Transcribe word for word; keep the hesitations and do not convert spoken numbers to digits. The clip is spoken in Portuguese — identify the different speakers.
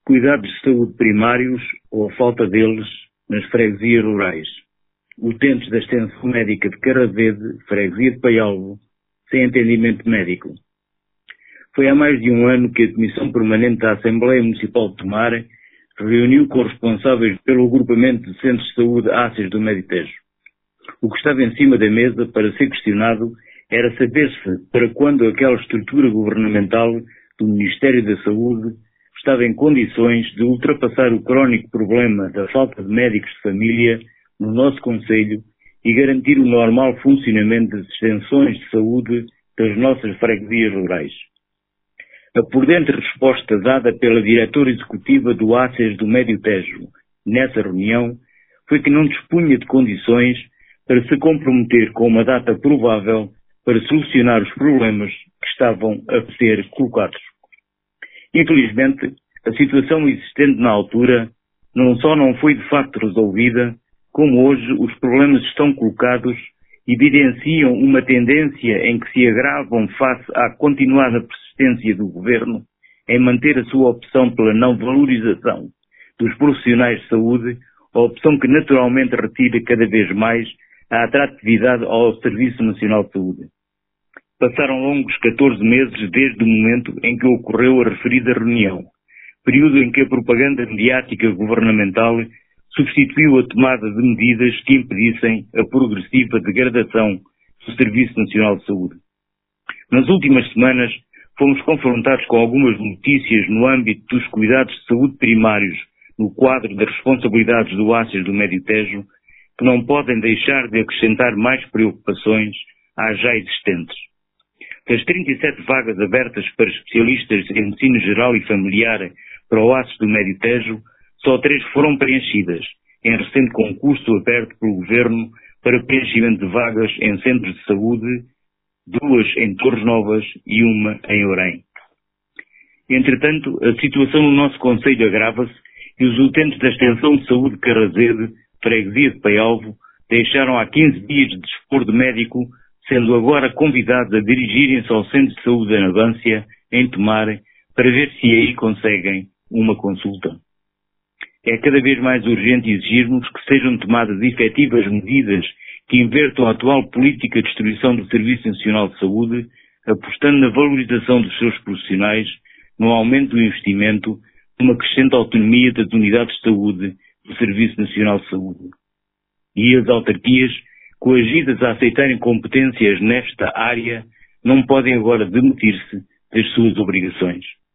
Speaker 1: Cuidados de saúde primários ou a falta deles nas freguesias rurais. Utentes da extensão médica de Carravede, freguesia de Paialvo, sem atendimento médico. Foi há mais de um ano que a Comissão Permanente da Assembleia Municipal de Tomar reuniu com os responsáveis pelo agrupamento de centros de saúde Áceas do Médio Tejo. O que estava em cima da mesa para ser questionado era saber-se para quando aquela estrutura governamental do Ministério da Saúde estava em condições de ultrapassar o crónico problema da falta de médicos de família no nosso concelho e garantir o normal funcionamento das extensões de saúde das nossas freguesias rurais. A prudente resposta dada pela diretora executiva do Áceas do Médio Tejo nessa reunião foi que não dispunha de condições para se comprometer com uma data provável para solucionar os problemas que estavam a ser colocados. Infelizmente, a situação existente na altura não só não foi de facto resolvida, como hoje os problemas estão colocados evidenciam uma tendência em que se agravam face à continuada persistência do Governo em manter a sua opção pela não valorização dos profissionais de saúde, a opção que naturalmente retira cada vez mais a atratividade ao Serviço Nacional de Saúde. Passaram longos catorze meses desde o momento em que ocorreu a referida reunião, período em que a propaganda mediática governamental substituiu a tomada de medidas que impedissem a progressiva degradação do Serviço Nacional de Saúde. Nas últimas semanas, fomos confrontados com algumas notícias no âmbito dos cuidados de saúde primários no quadro das responsabilidades do Áceas do Médio Tejo, que não podem deixar de acrescentar mais preocupações às já existentes. Das trinta e sete vagas abertas para especialistas em medicina geral e familiar para o Áceas do Médio Tejo, só três foram preenchidas, em recente concurso aberto pelo Governo para preenchimento de vagas em centros de saúde, duas em Torres Novas e uma em Orém. Entretanto, a situação no nosso concelho agrava-se e os utentes da extensão de saúde de Carravede, freguesia de Paialvo, deixaram há quinze dias de dispor de médico, sendo agora convidados a dirigirem-se ao Centro de Saúde da Nabância, em Tomar, para ver se aí conseguem uma consulta. É cada vez mais urgente exigirmos que sejam tomadas efetivas medidas que invertam a atual política de destruição do Serviço Nacional de Saúde, apostando na valorização dos seus profissionais, no aumento do investimento, numa crescente autonomia das unidades de saúde do Serviço Nacional de Saúde. E as autarquias, coagidas a aceitarem competências nesta área, não podem agora demitir-se das suas obrigações.